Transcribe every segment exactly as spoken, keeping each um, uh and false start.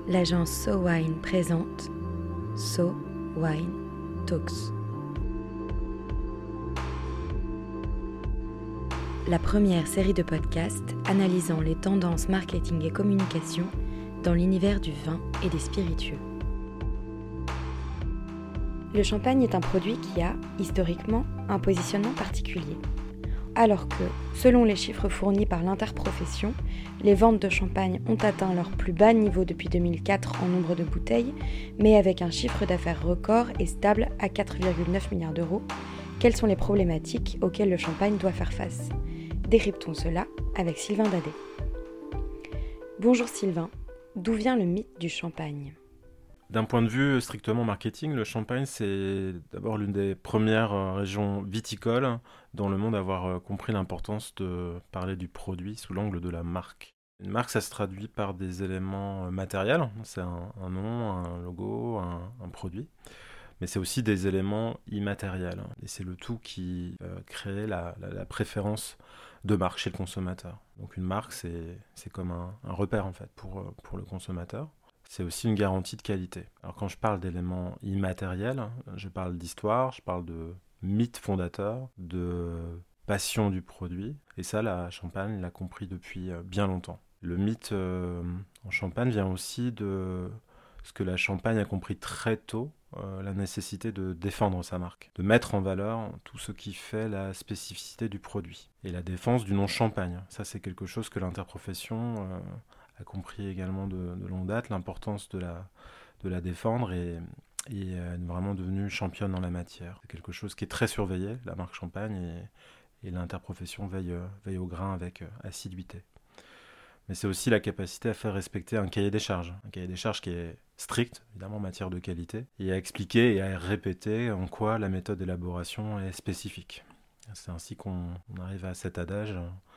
l'agence So Wine présente So Wine Talks. La première série de podcasts analysant les tendances marketing et communication dans l'univers du vin et des spiritueux. Le champagne est un produit qui a, historiquement, un positionnement particulier. Alors que, selon les chiffres fournis par l'interprofession, les ventes de champagne ont atteint leur plus bas niveau depuis deux mille quatre en nombre de bouteilles, mais avec un chiffre d'affaires record et stable à quatre virgule neuf milliards d'euros, quelles sont les problématiques auxquelles le champagne doit faire face ? Décryptons cela avec Sylvain Dadé. Bonjour Sylvain, d'où vient le mythe du champagne ? D'un point de vue strictement marketing, le Champagne, c'est d'abord l'une des premières régions viticoles dans le monde à avoir compris l'importance de parler du produit sous l'angle de la marque. Une marque, ça se traduit par des éléments matériels, c'est un, un nom, un logo, un, un produit, mais c'est aussi des éléments immatériels. Et c'est le tout qui euh, crée la, la, la préférence de marque chez le consommateur. Donc une marque, c'est, c'est comme un, un repère en fait pour, pour le consommateur. C'est aussi une garantie de qualité. Alors quand je parle d'éléments immatériels, je parle d'histoire, je parle de mythe fondateur, de passion du produit. Et ça, la Champagne l'a compris depuis bien longtemps. Le mythe euh, en Champagne vient aussi de ce que la Champagne a compris très tôt, euh, la nécessité de défendre sa marque, de mettre en valeur tout ce qui fait la spécificité du produit. Et la défense du nom Champagne, ça c'est quelque chose que l'interprofession euh, a compris également de, de longue date, l'importance de la, de la défendre et, et est vraiment devenue championne en la matière. C'est quelque chose qui est très surveillé, la marque Champagne, et, et l'interprofession veille, veille au grain avec assiduité. Mais c'est aussi la capacité à faire respecter un cahier des charges, un cahier des charges qui est strict, évidemment en matière de qualité, et à expliquer et à répéter en quoi la méthode d'élaboration est spécifique. C'est ainsi qu'on on arrive à cet adage.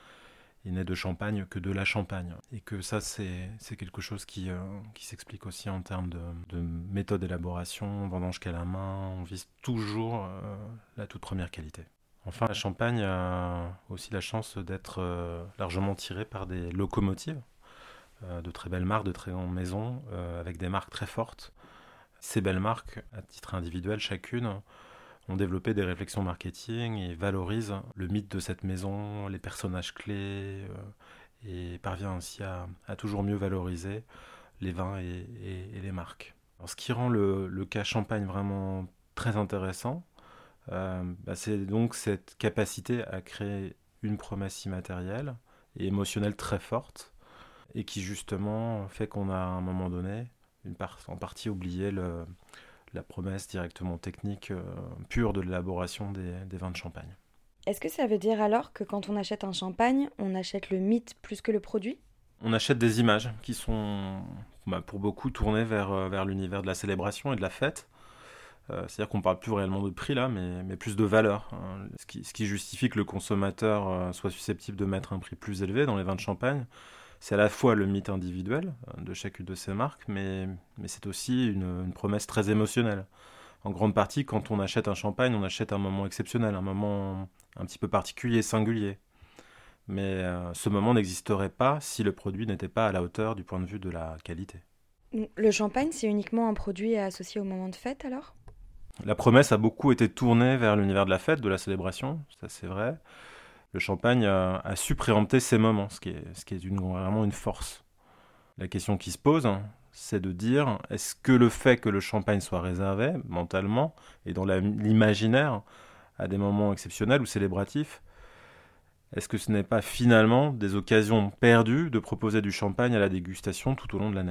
Il n'est de champagne que de la Champagne. Et que ça, c'est, c'est quelque chose qui, euh, qui s'explique aussi en termes de, de méthode d'élaboration, vendange qu'à la main. On vise toujours euh, la toute première qualité. Enfin, la Champagne a aussi la chance d'être euh, largement tirée par des locomotives, euh, de très belles marques, de très grandes maisons, euh, avec des marques très fortes. Ces belles marques, à titre individuel chacune, ont développé des réflexions marketing et valorisent le mythe de cette maison, les personnages clés, euh, et parvient ainsi à, à toujours mieux valoriser les vins et, et, et les marques. Alors, ce qui rend le, le cas Champagne vraiment très intéressant, euh, bah c'est donc cette capacité à créer une promesse immatérielle et émotionnelle très forte, et qui justement fait qu'on a à un moment donné, une part, en partie oublié le... la promesse directement technique euh, pure de l'élaboration des, des vins de Champagne. Est-ce que ça veut dire alors que quand on achète un champagne, on achète le mythe plus que le produit ? On achète des images qui sont bah, pour beaucoup tournées vers, vers l'univers de la célébration et de la fête. Euh, c'est-à-dire qu'on ne parle plus réellement de prix là, mais, mais plus de valeur. Hein. Ce, qui, ce qui justifie que le consommateur euh, soit susceptible de mettre un prix plus élevé dans les vins de Champagne, c'est à la fois le mythe individuel de chacune de ces marques, mais, mais c'est aussi une, une promesse très émotionnelle. En grande partie, quand on achète un champagne, on achète un moment exceptionnel, un moment un petit peu particulier, singulier. Mais euh, ce moment n'existerait pas si le produit n'était pas à la hauteur du point de vue de la qualité. Le champagne, c'est uniquement un produit associé au moment de fête alors ? La promesse a beaucoup été tournée vers l'univers de la fête, de la célébration, ça c'est vrai. Le champagne a, a su préempter ces moments, ce qui est, ce qui est une, vraiment une force. La question qui se pose, c'est de dire, est-ce que le fait que le champagne soit réservé, mentalement, et dans la, l'imaginaire, à des moments exceptionnels ou célébratifs, est-ce que ce n'est pas finalement des occasions perdues de proposer du champagne à la dégustation tout au long de l'année ?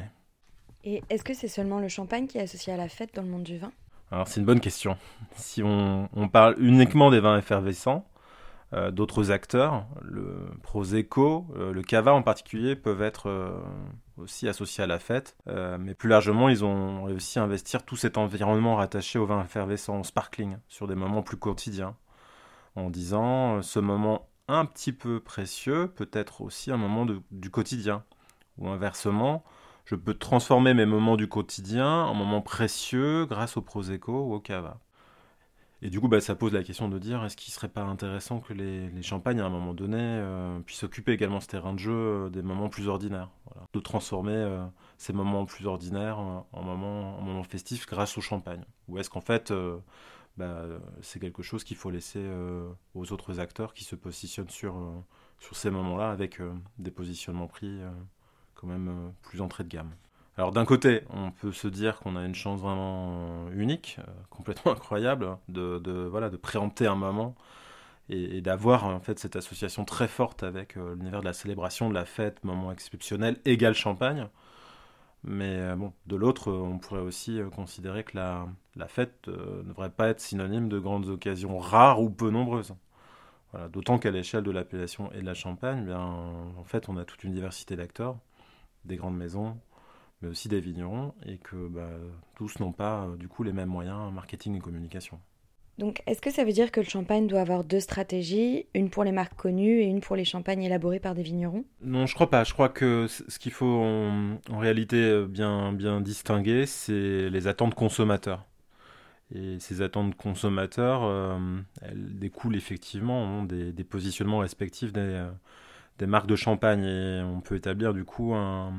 Et est-ce que c'est seulement le champagne qui est associé à la fête dans le monde du vin ? Alors c'est une bonne question. Si on, on parle uniquement des vins effervescents, Euh, d'autres acteurs, le Prosecco, euh, le Cava en particulier, peuvent être euh, aussi associés à la fête. Euh, mais plus largement, ils ont réussi à investir tout cet environnement rattaché au vin effervescent, au sparkling, sur des moments plus quotidiens. En disant, euh, ce moment un petit peu précieux peut être aussi un moment de, du quotidien. Ou inversement, je peux transformer mes moments du quotidien en moments précieux grâce au Prosecco ou au Cava. Et du coup, bah, ça pose la question de dire, est-ce qu'il ne serait pas intéressant que les, les champagnes, à un moment donné, euh, puissent occuper également ce terrain de jeu euh, des moments plus ordinaires, voilà. De transformer euh, ces moments plus ordinaires euh, en, moments, en moments festifs grâce au champagne. Ou est-ce qu'en fait, euh, bah, c'est quelque chose qu'il faut laisser euh, aux autres acteurs qui se positionnent sur, euh, sur ces moments-là avec euh, des positionnements prix euh, quand même euh, plus entrée de gamme. Alors d'un côté, on peut se dire qu'on a une chance vraiment unique, euh, complètement incroyable, de, de, voilà, de préempter un moment et, et d'avoir en fait cette association très forte avec euh, l'univers de la célébration, de la fête, moment exceptionnel, égal champagne. Mais euh, bon, de l'autre, euh, on pourrait aussi euh, considérer que la, la fête euh, ne devrait pas être synonyme de grandes occasions rares ou peu nombreuses. Voilà, d'autant qu'à l'échelle de l'appellation et de la Champagne, eh bien, en fait, on a toute une diversité d'acteurs, des grandes maisons, mais aussi des vignerons, et que bah, tous n'ont pas euh, du coup les mêmes moyens marketing et communication. Donc, est-ce que ça veut dire que le champagne doit avoir deux stratégies, une pour les marques connues et une pour les champagnes élaborés par des vignerons? Non, je crois pas. Je crois que c- ce qu'il faut en, en réalité euh, bien, bien distinguer, c'est les attentes consommateurs. Et ces attentes consommateurs, euh, elles découlent effectivement hein, des, des positionnements respectifs des, euh, des marques de champagne. Et on peut établir du coup un,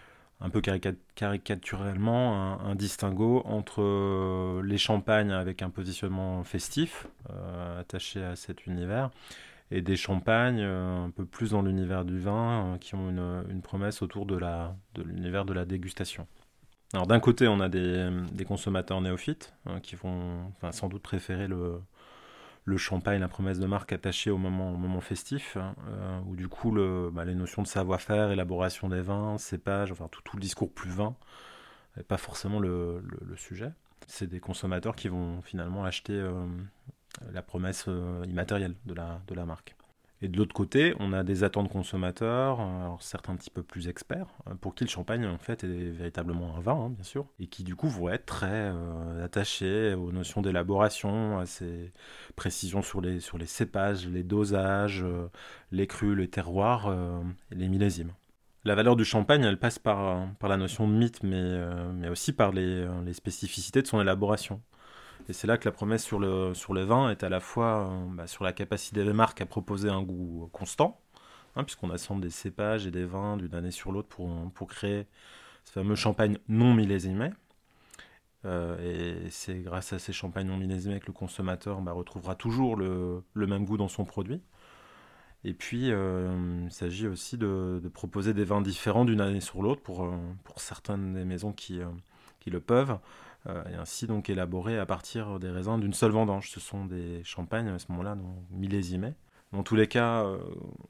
un peu caricat- caricaturellement un, un distinguo entre euh, les champagnes avec un positionnement festif euh, attaché à cet univers et des champagnes euh, un peu plus dans l'univers du vin euh, qui ont une, une promesse autour de, la, de l'univers de la dégustation. Alors d'un côté, on a des, des consommateurs néophytes hein, qui vont enfin, sans doute préférer le, le champagne, la promesse de marque attachée au moment, au moment festif, hein, euh, où du coup le, bah, les notions de savoir-faire, élaboration des vins, cépage, enfin tout, tout le discours plus vin, n'est pas forcément le, le, le sujet. C'est des consommateurs qui vont finalement acheter euh, la promesse euh, immatérielle de la, de la marque. Et de l'autre côté, on a des attentes consommateurs, alors certains un petit peu plus experts, pour qui le champagne en fait est véritablement un vin, hein, bien sûr, et qui du coup vont être très euh, attachés aux notions d'élaboration, à ces précisions sur les, sur les cépages, les dosages, euh, les crus, les terroirs, euh, et les millésimes. La valeur du champagne, elle passe par, par la notion de mythe, mais, euh, mais aussi par les, les spécificités de son élaboration. Et c'est là que la promesse sur le, sur le vin est à la fois euh, bah, sur la capacité des marques à proposer un goût constant, hein, puisqu'on assemble des cépages et des vins d'une année sur l'autre pour, pour créer ce fameux champagne non millésimé. Euh, et c'est grâce à ces champagnes non millésimés que le consommateur bah, retrouvera toujours le, le même goût dans son produit. Et puis, euh, il s'agit aussi de, de proposer des vins différents d'une année sur l'autre pour, euh, pour certaines des maisons qui, euh, qui le peuvent, euh, et ainsi donc élaborer à partir des raisins d'une seule vendange. Ce sont des champagnes à ce moment-là donc, millésimés. Dans tous les cas, euh,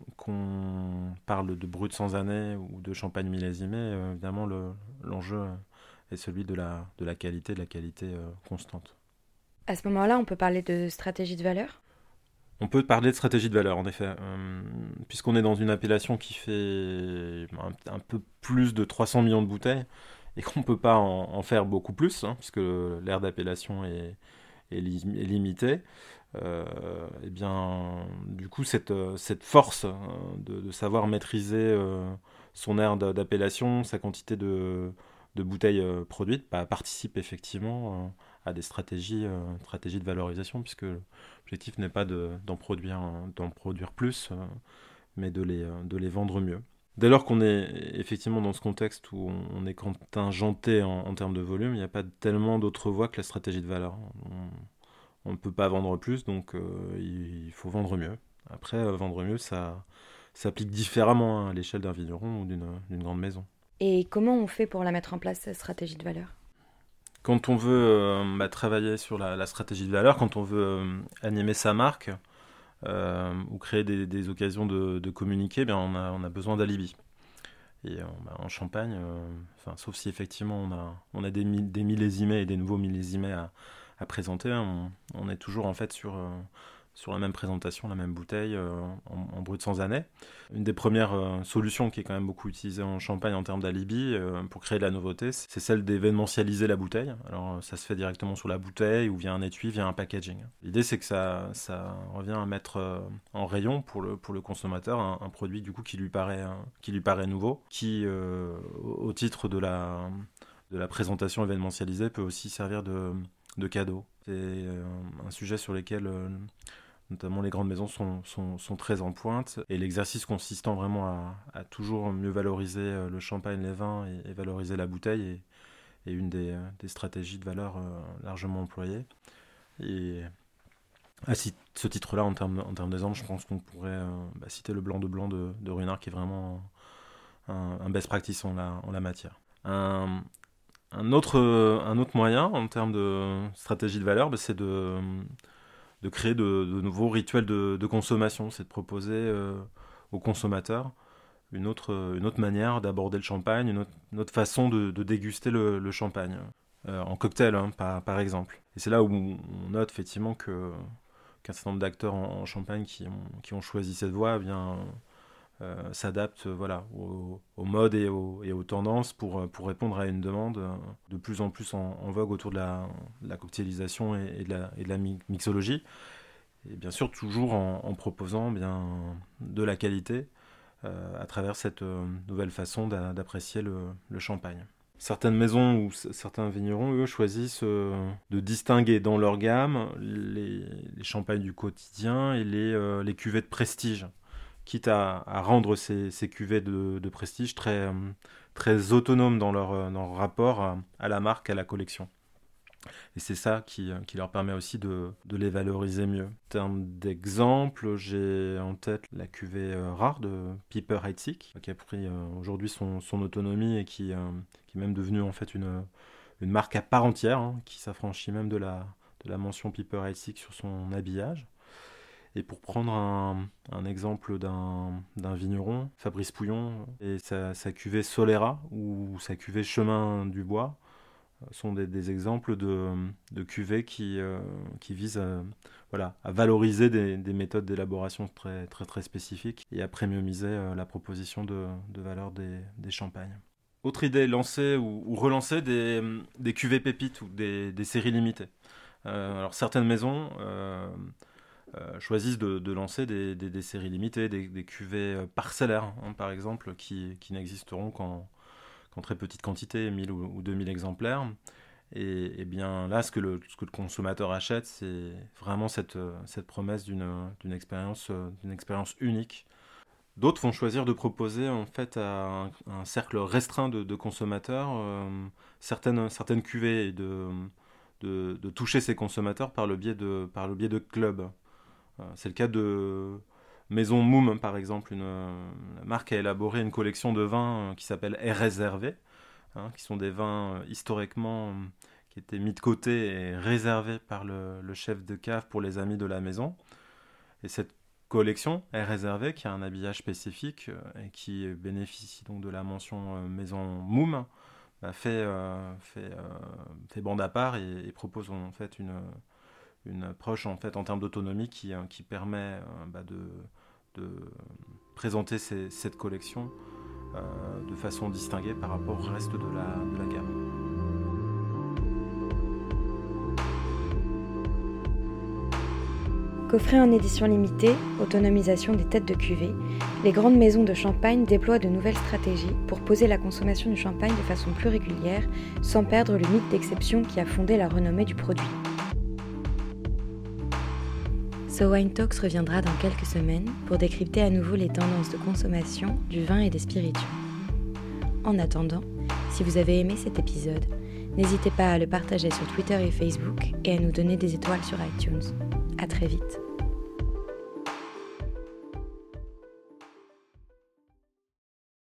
qu'on parle de brut sans année ou de champagne millésimé, euh, évidemment le, l'enjeu est celui de la, de la qualité, de la qualité euh, constante. À ce moment-là, on peut parler de stratégie de valeur? On peut parler de stratégie de valeur, en effet, euh, puisqu'on est dans une appellation qui fait un, un peu plus de trois cents millions de bouteilles et qu'on ne peut pas en, en faire beaucoup plus, hein, puisque l'aire d'appellation est, est, li- est limitée. Euh, et bien, du coup, cette, cette force euh, de, de savoir maîtriser euh, son aire d'a- d'appellation, sa quantité de, de bouteilles euh, produites, bah, participe effectivement euh, à des stratégies, euh, stratégies de valorisation, puisque l'objectif n'est pas de, d'en, produire, d'en produire plus, euh, mais de les, de les vendre mieux. Dès lors qu'on est effectivement dans ce contexte où on est contingenté en, en termes de volume, il n'y a pas tellement d'autres voies que la stratégie de valeur. On, on ne peut pas vendre plus, donc euh, il faut vendre mieux. Après, euh, vendre mieux, ça s'applique différemment hein, à l'échelle d'un vigneron ou d'une, d'une grande maison. Et comment on fait pour la mettre en place, cette stratégie de valeur? Quand on veut euh, bah, travailler sur la, la stratégie de valeur, quand on veut euh, animer sa marque euh, ou créer des, des occasions de, de communiquer, bien on, a, on a besoin d'alibi. Et euh, bah, en Champagne, euh, enfin, sauf si effectivement on a, on a des, des millésimés et des nouveaux millésimés à, à présenter, hein, on, on est toujours en fait sur, euh, sur la même présentation, la même bouteille euh, en, en brut sans année. Une des premières euh, solutions qui est quand même beaucoup utilisée en Champagne en termes d'alibi euh, pour créer de la nouveauté, c'est celle d'événementialiser la bouteille. Alors ça se fait directement sur la bouteille ou via un étui, via un packaging. L'idée c'est que ça, ça revient à mettre euh, en rayon pour le, pour le consommateur un, un produit du coup qui lui paraît, euh, qui lui paraît nouveau, qui euh, au, au titre de la, de la présentation événementialisée peut aussi servir de, de cadeau. C'est un sujet sur lequel euh, notamment les grandes maisons sont, sont, sont très en pointe. Et l'exercice consistant vraiment à, à toujours mieux valoriser le champagne, les vins et, et valoriser la bouteille est, est une des, des stratégies de valeur euh, largement employées. Et à ce titre-là, en termes, en termes d'exemple, je pense qu'on pourrait euh, bah, citer le blanc de blanc de, de Ruinart, qui est vraiment un, un best practice en la, en la matière. Un, un, autre, un autre moyen, en termes de stratégie de valeur, bah, c'est de, de créer de, de nouveaux rituels de, de consommation. C'est de proposer euh, aux consommateurs une autre, une autre manière d'aborder le champagne, une autre, une autre façon de, de déguster le, le champagne. Euh, en cocktail, hein, par, par exemple. Et c'est là où on note effectivement que, qu'un certain nombre d'acteurs en, en Champagne qui ont, qui ont choisi cette voie eh bien, euh, s'adaptent voilà, au, au mode et, au, et aux tendances pour, pour répondre à une demande de plus en plus en, en vogue autour de la, de la cocktailisation et, et, de la, et de la mixologie. Et bien sûr, toujours en, en proposant bien, de la qualité euh, à travers cette euh, nouvelle façon d'a, d'apprécier le, le champagne. Certaines maisons ou certains vignerons, eux, choisissent euh, de distinguer dans leur gamme les, les champagnes du quotidien et les, euh, les cuvées de prestige, quitte à, à rendre ces, ces cuvées de, de prestige très, euh, très autonomes dans leur, dans leur rapport à, à la marque, à la collection. Et c'est ça qui, qui leur permet aussi de, de les valoriser mieux. En termes d'exemple, j'ai en tête la cuvée euh, rare de Piper Heidsieck, qui a pris euh, aujourd'hui son, son autonomie et qui, euh, qui est même devenue en fait une, une marque à part entière, hein, qui s'affranchit même de la, de la mention Piper Heidsieck sur son habillage. Et pour prendre un, un exemple d'un, d'un vigneron, Fabrice Pouillon, et sa, sa cuvée Solera ou sa cuvée Chemin du Bois, sont des, des exemples de, de cuvées qui, euh, qui visent à, voilà, à valoriser des, des méthodes d'élaboration très, très, très spécifiques et à premiumiser euh, la proposition de, de valeur des, des champagnes. Autre idée, lancer ou, ou relancer des, des cuvées pépites ou des, des séries limitées. Euh, alors certaines maisons euh, euh, choisissent de, de lancer des, des, des séries limitées, des, des cuvées parcellaires, hein, par exemple, qui, qui n'existeront qu'en en très petite quantité, mille ou deux mille exemplaires. Et, et bien là, ce que, le, ce que le consommateur achète, c'est vraiment cette, cette promesse d'une, d'une, expérience, d'une expérience unique. D'autres vont choisir de proposer en fait à un, un cercle restreint de, de consommateurs euh, certaines, certaines cuvées et de, de, de toucher ces consommateurs par le biais de, par le biais de clubs. Euh, c'est le cas de Maison Moum, par exemple, une, une marque a élaboré une collection de vins qui s'appelle Air Réservé, hein, qui sont des vins historiquement qui étaient mis de côté et réservés par le, le chef de cave pour les amis de la maison. Et cette collection Air Réservé, qui a un habillage spécifique et qui bénéficie donc de la mention Maison Moum, bah, fait, euh, fait, euh, fait bande à part et, et propose en fait une une approche en fait en termes d'autonomie qui, qui permet euh, bah, de, de présenter ces, cette collection euh, de façon distinguée par rapport au reste de la, de la gamme. Coffret en édition limitée, autonomisation des têtes de cuvée, les grandes maisons de champagne déploient de nouvelles stratégies pour poser la consommation du champagne de façon plus régulière, sans perdre le mythe d'exception qui a fondé la renommée du produit. So Wine Talks reviendra dans quelques semaines pour décrypter à nouveau les tendances de consommation du vin et des spiritueux. En attendant, si vous avez aimé cet épisode, n'hésitez pas à le partager sur Twitter et Facebook et à nous donner des étoiles sur iTunes. À très vite.